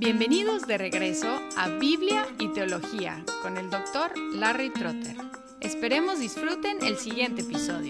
Bienvenidos de regreso a Biblia y Teología con el Dr. Larry Trotter. Esperemos disfruten el siguiente episodio.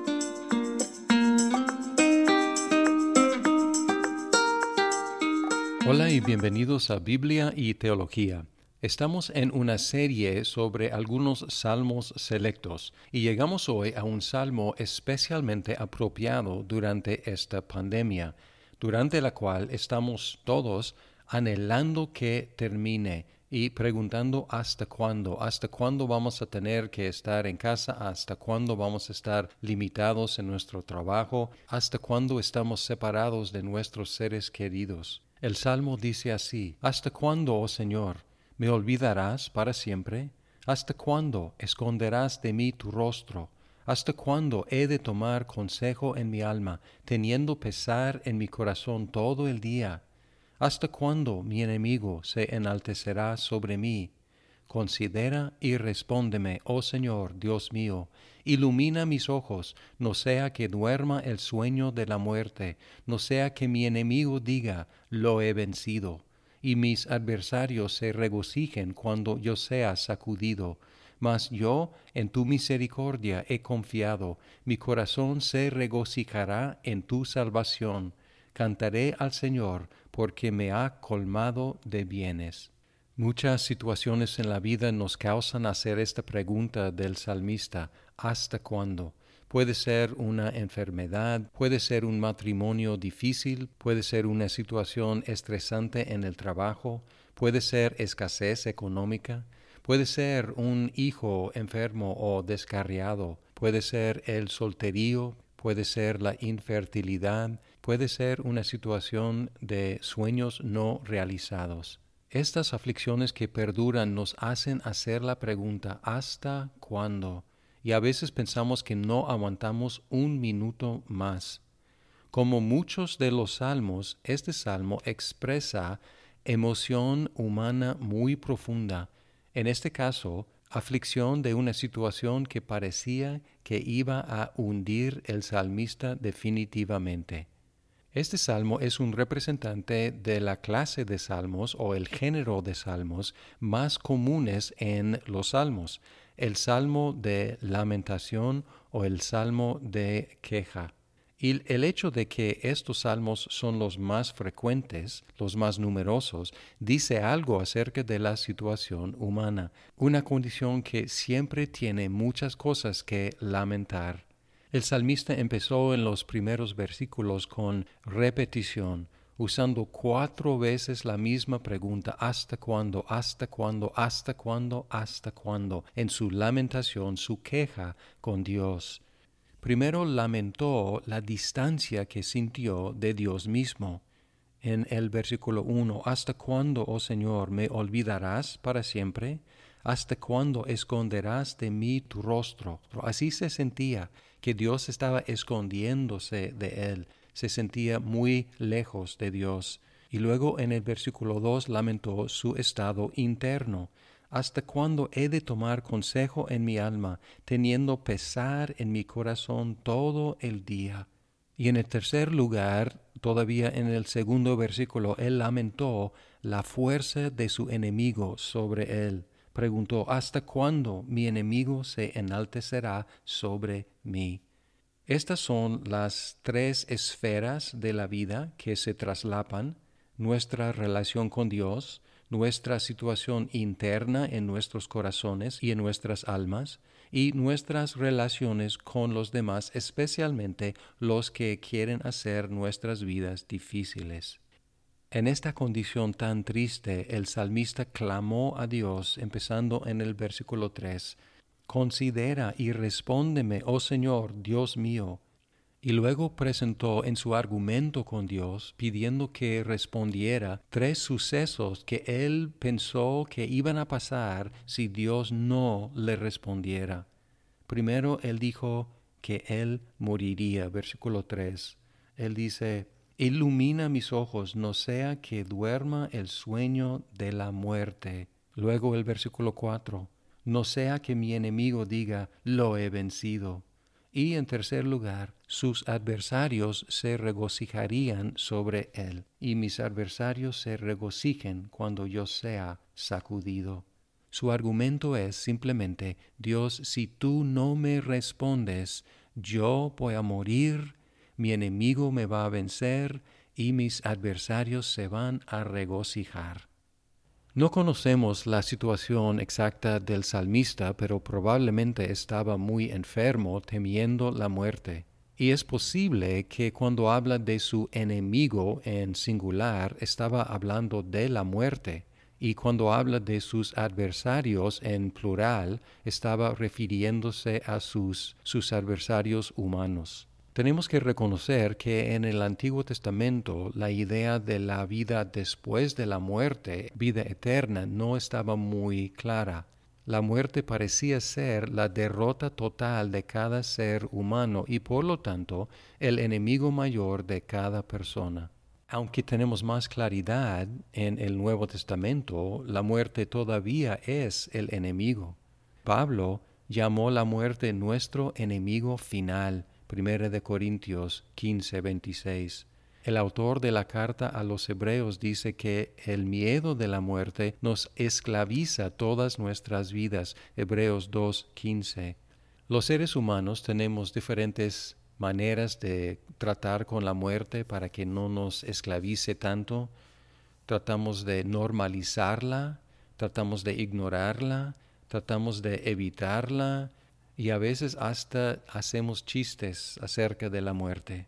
Hola y bienvenidos a Biblia y Teología. Estamos en una serie sobre algunos salmos selectos y llegamos hoy a un salmo especialmente apropiado durante esta pandemia, durante la cual estamos todos anhelando que termine y preguntando hasta cuándo vamos a tener que estar en casa, hasta cuándo vamos a estar limitados en nuestro trabajo, hasta cuándo estamos separados de nuestros seres queridos. El Salmo dice así: ¿Hasta cuándo, oh Señor, me olvidarás para siempre? ¿Hasta cuándo esconderás de mí tu rostro? ¿Hasta cuándo he de tomar consejo en mi alma, teniendo pesar en mi corazón todo el día? ¿Hasta cuándo mi enemigo se enaltecerá sobre mí? Considera y respóndeme, oh Señor, Dios mío. Ilumina mis ojos, no sea que duerma el sueño de la muerte, no sea que mi enemigo diga, lo he vencido, y mis adversarios se regocijen cuando yo sea sacudido. Mas yo en tu misericordia he confiado, mi corazón se regocijará en tu salvación. Cantaré al Señor, porque me ha colmado de bienes. Muchas situaciones en la vida nos causan hacer esta pregunta del salmista: ¿hasta cuándo? Puede ser una enfermedad, puede ser un matrimonio difícil, puede ser una situación estresante en el trabajo, puede ser escasez económica, puede ser un hijo enfermo o descarriado, puede ser el solterío, puede ser la infertilidad, puede ser una situación de sueños no realizados. Estas aflicciones que perduran nos hacen hacer la pregunta ¿hasta cuándo? Y a veces pensamos que no aguantamos un minuto más. Como muchos de los salmos, este salmo expresa emoción humana muy profunda. En este caso, aflicción de una situación que parecía que iba a hundir el salmista definitivamente. Este salmo es un representante de la clase de salmos o el género de salmos más comunes en los salmos, el salmo de lamentación o el salmo de queja. Y el hecho de que estos salmos son los más frecuentes, los más numerosos, dice algo acerca de la situación humana, una condición que siempre tiene muchas cosas que lamentar. El salmista empezó en los primeros versículos con repetición, usando 4 veces la misma pregunta: ¿hasta cuándo? ¿Hasta cuándo? ¿Hasta cuándo? ¿Hasta cuándo? En su lamentación, su queja con Dios. Primero lamentó la distancia que sintió de Dios mismo. En el versículo 1, ¿hasta cuándo, oh Señor, me olvidarás para siempre? ¿Hasta cuándo esconderás de mí tu rostro? Así se sentía, que Dios estaba escondiéndose de él, se sentía muy lejos de Dios. Y luego en el versículo 2 lamentó su estado interno. ¿Hasta cuándo he de tomar consejo en mi alma, teniendo pesar en mi corazón todo el día? Y en el tercer lugar, todavía en el segundo versículo, él lamentó la fuerza de su enemigo sobre él. Preguntó: ¿hasta cuándo mi enemigo se enaltecerá sobre mí? Estas son las 3 esferas de la vida que se traslapan: nuestra relación con Dios, nuestra situación interna en nuestros corazones y en nuestras almas, y nuestras relaciones con los demás, especialmente los que quieren hacer nuestras vidas difíciles. En esta condición tan triste, el salmista clamó a Dios, empezando en el versículo 3, «Considera y respóndeme, oh Señor, Dios mío». Y luego presentó en su argumento con Dios, pidiendo que respondiera 3 sucesos que él pensó que iban a pasar si Dios no le respondiera. Primero, él dijo que él moriría, versículo 3. Él dice: «Ilumina mis ojos, no sea que duerma el sueño de la muerte». Luego el versículo 4. «No sea que mi enemigo diga, lo he vencido». Y en tercer lugar, sus adversarios se regocijarían sobre él, y mis adversarios se regocijen cuando yo sea sacudido. Su argumento es simplemente: Dios, si tú no me respondes, yo voy a morir, mi enemigo me va a vencer y mis adversarios se van a regocijar. No conocemos la situación exacta del salmista, pero probablemente estaba muy enfermo, temiendo la muerte. Y es posible que cuando habla de su enemigo en singular, estaba hablando de la muerte. Y cuando habla de sus adversarios en plural, estaba refiriéndose a sus adversarios humanos. Tenemos que reconocer que en el Antiguo Testamento la idea de la vida después de la muerte, vida eterna, no estaba muy clara. La muerte parecía ser la derrota total de cada ser humano y por lo tanto el enemigo mayor de cada persona. Aunque tenemos más claridad en el Nuevo Testamento, la muerte todavía es el enemigo. Pablo llamó la muerte nuestro enemigo final. 1 Corintios 15:26. El autor de la carta a los Hebreos dice que el miedo de la muerte nos esclaviza todas nuestras vidas. Hebreos 2:15. Los seres humanos tenemos diferentes maneras de tratar con la muerte para que no nos esclavice tanto. Tratamos de normalizarla, tratamos de ignorarla, tratamos de evitarla, y a veces hasta hacemos chistes acerca de la muerte.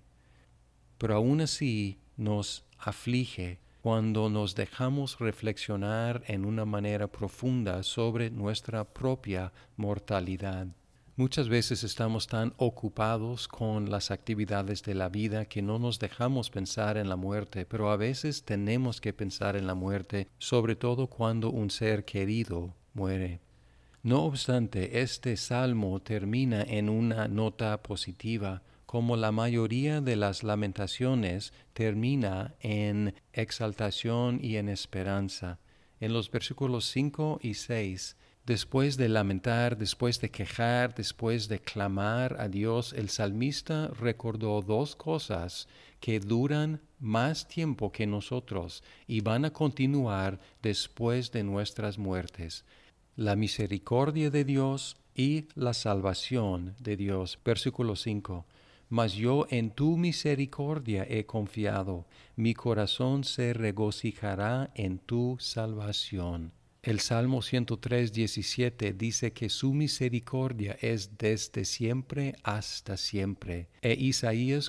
Pero aún así nos aflige cuando nos dejamos reflexionar en una manera profunda sobre nuestra propia mortalidad. Muchas veces estamos tan ocupados con las actividades de la vida que no nos dejamos pensar en la muerte, pero a veces tenemos que pensar en la muerte, sobre todo cuando un ser querido muere. No obstante, este salmo termina en una nota positiva, como la mayoría de las lamentaciones termina en exaltación y en esperanza. En los versículos 5 y 6, después de lamentar, después de quejar, después de clamar a Dios, el salmista recordó dos cosas que duran más tiempo que nosotros y van a continuar después de nuestras muertes: la misericordia de Dios y la salvación de Dios. Versículo 5. Mas yo en tu misericordia he confiado, mi corazón se regocijará en tu salvación. El Salmo 103:17 dice que su misericordia es desde siempre hasta siempre. E Isaías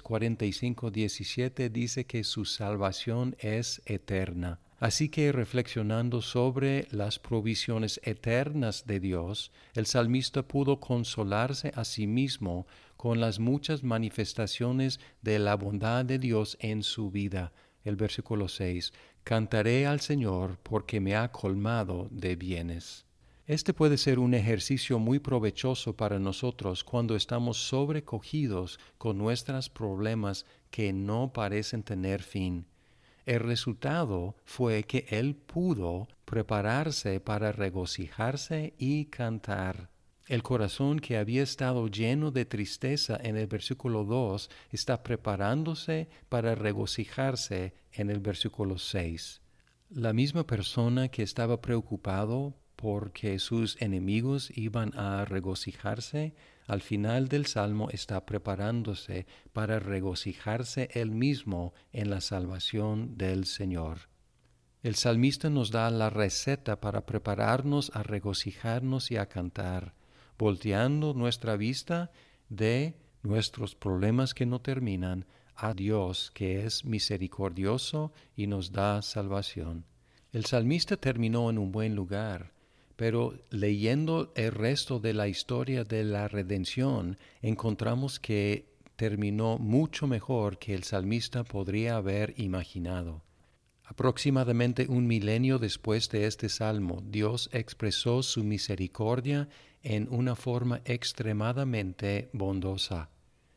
45:17 dice que su salvación es eterna. Así que reflexionando sobre las provisiones eternas de Dios, el salmista pudo consolarse a sí mismo con las muchas manifestaciones de la bondad de Dios en su vida. El versículo 6, cantaré al Señor porque me ha colmado de bienes. Este puede ser un ejercicio muy provechoso para nosotros cuando estamos sobrecogidos con nuestros problemas que no parecen tener fin. El resultado fue que él pudo prepararse para regocijarse y cantar. El corazón que había estado lleno de tristeza en el versículo 2 está preparándose para regocijarse en el versículo 6. La misma persona que estaba preocupado porque sus enemigos iban a regocijarse, al final del Salmo está preparándose para regocijarse él mismo en la salvación del Señor. El salmista nos da la receta para prepararnos a regocijarnos y a cantar, volteando nuestra vista de nuestros problemas que no terminan a Dios, que es misericordioso y nos da salvación. El salmista terminó en un buen lugar, pero leyendo el resto de la historia de la redención, encontramos que terminó mucho mejor que el salmista podría haber imaginado. Aproximadamente 1 milenio después de este salmo, Dios expresó su misericordia en una forma extremadamente bondosa.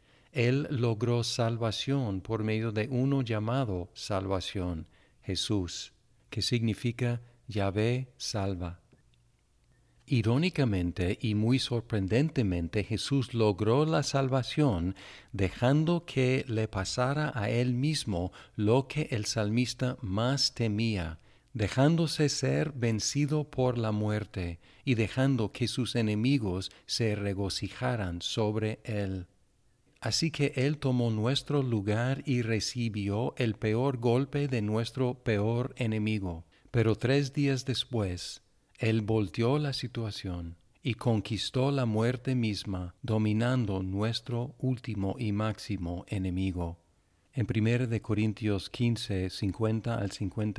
Él logró salvación por medio de uno llamado salvación, Jesús, que significa Yahvé salva. Irónicamente y muy sorprendentemente, Jesús logró la salvación dejando que le pasara a él mismo lo que el salmista más temía, dejándose ser vencido por la muerte y dejando que sus enemigos se regocijaran sobre él. Así que Él tomó nuestro lugar y recibió el peor golpe de nuestro peor enemigo. Pero 3 días después, Él volteó la situación y conquistó la muerte misma, dominando nuestro último y máximo enemigo. En 1 Corintios 15, 50 al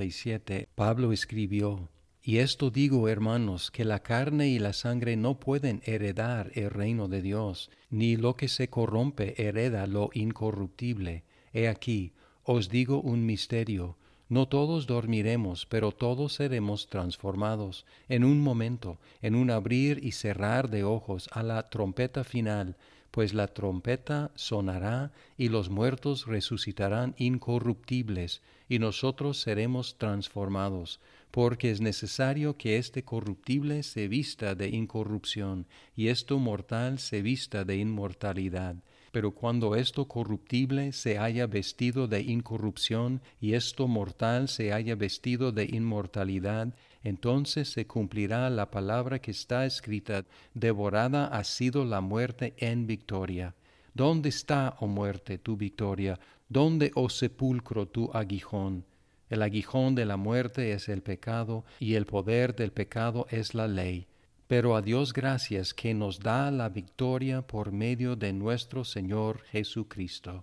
57, Pablo escribió: Y esto digo, hermanos, que la carne y la sangre no pueden heredar el reino de Dios, ni lo que se corrompe hereda lo incorruptible. He aquí, os digo un misterio: no todos dormiremos, pero todos seremos transformados, en un momento, en un abrir y cerrar de ojos, a la trompeta final. Pues la trompeta sonará, y los muertos resucitarán incorruptibles, y nosotros seremos transformados, porque es necesario que este corruptible se vista de incorrupción, y esto mortal se vista de inmortalidad. Pero cuando esto corruptible se haya vestido de incorrupción, y esto mortal se haya vestido de inmortalidad, entonces se cumplirá la palabra que está escrita: devorada ha sido la muerte en victoria. ¿Dónde está, oh muerte, tu victoria? ¿Dónde, oh sepulcro, tu aguijón? El aguijón de la muerte es el pecado, y el poder del pecado es la ley. Pero a Dios gracias que nos da la victoria por medio de nuestro Señor Jesucristo.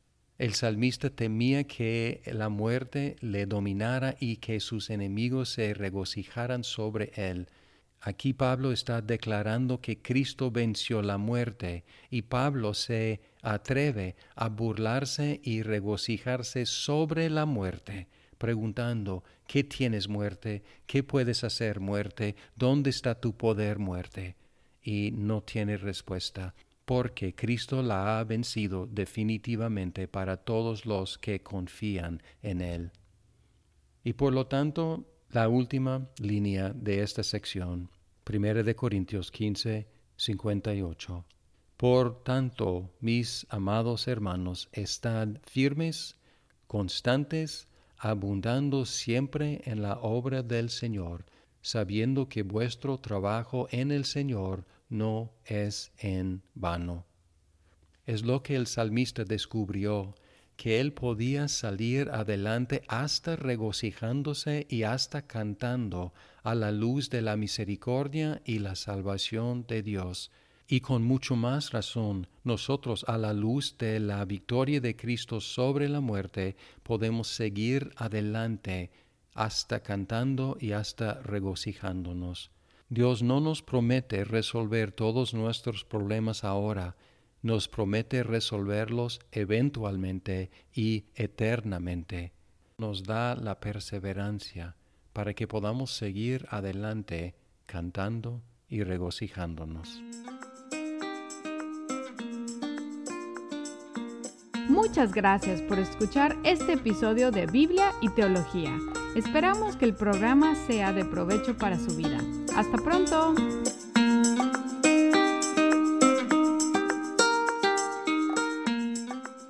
El salmista temía que la muerte le dominara y que sus enemigos se regocijaran sobre él. Aquí Pablo está declarando que Cristo venció la muerte, y Pablo se atreve a burlarse y regocijarse sobre la muerte, preguntando: ¿qué tienes, muerte? ¿Qué puedes hacer, muerte? ¿Dónde está tu poder, muerte? Y no tiene respuesta, porque Cristo la ha vencido definitivamente para todos los que confían en Él. Y por lo tanto, la última línea de esta sección, 1 Corintios 15, 58. Por tanto, mis amados hermanos, estad firmes, constantes, abundando siempre en la obra del Señor, sabiendo que vuestro trabajo en el Señor no es en vano. Es lo que el salmista descubrió, que él podía salir adelante hasta regocijándose y hasta cantando a la luz de la misericordia y la salvación de Dios. Y con mucho más razón, nosotros a la luz de la victoria de Cristo sobre la muerte, podemos seguir adelante hasta cantando y hasta regocijándonos. Dios no nos promete resolver todos nuestros problemas ahora, nos promete resolverlos eventualmente y eternamente. Nos da la perseverancia para que podamos seguir adelante cantando y regocijándonos. Muchas gracias por escuchar este episodio de Biblia y Teología. Esperamos que el programa sea de provecho para su vida. ¡Hasta pronto!